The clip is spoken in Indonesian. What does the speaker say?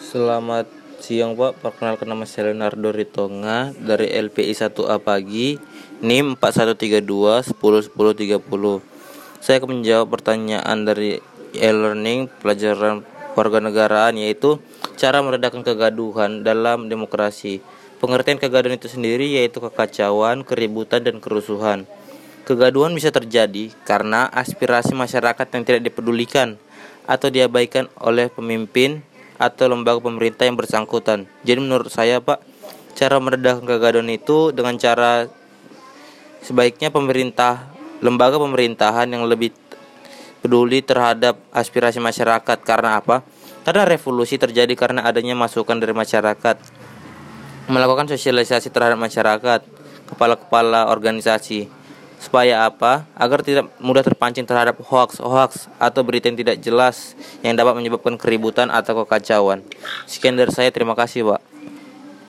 Selamat siang Pak, perkenalkan nama saya Leonardo Ritonga dari LPI 1A Pagi, NIM 4132101030. Saya akan menjawab pertanyaan dari e-learning pelajaran warganegaraan, yaitu cara meredakan kegaduhan dalam demokrasi. Pengertian kegaduhan itu sendiri yaitu kekacauan, keributan, dan kerusuhan. Kegaduhan bisa terjadi karena aspirasi masyarakat yang tidak dipedulikan atau diabaikan oleh pemimpin atau lembaga pemerintah yang bersangkutan. Jadi menurut saya Pak, cara meredakan kegaduhan itu dengan cara sebaiknya lembaga pemerintahan yang lebih peduli terhadap aspirasi masyarakat. Karena apa? Karena revolusi terjadi karena adanya masukan dari masyarakat, melakukan sosialisasi terhadap masyarakat, kepala-kepala organisasi. Supaya apa? Agar tidak mudah terpancing terhadap hoax atau berita yang tidak jelas yang dapat menyebabkan keributan atau kekacauan. Sekian dari saya, terima kasih Pak.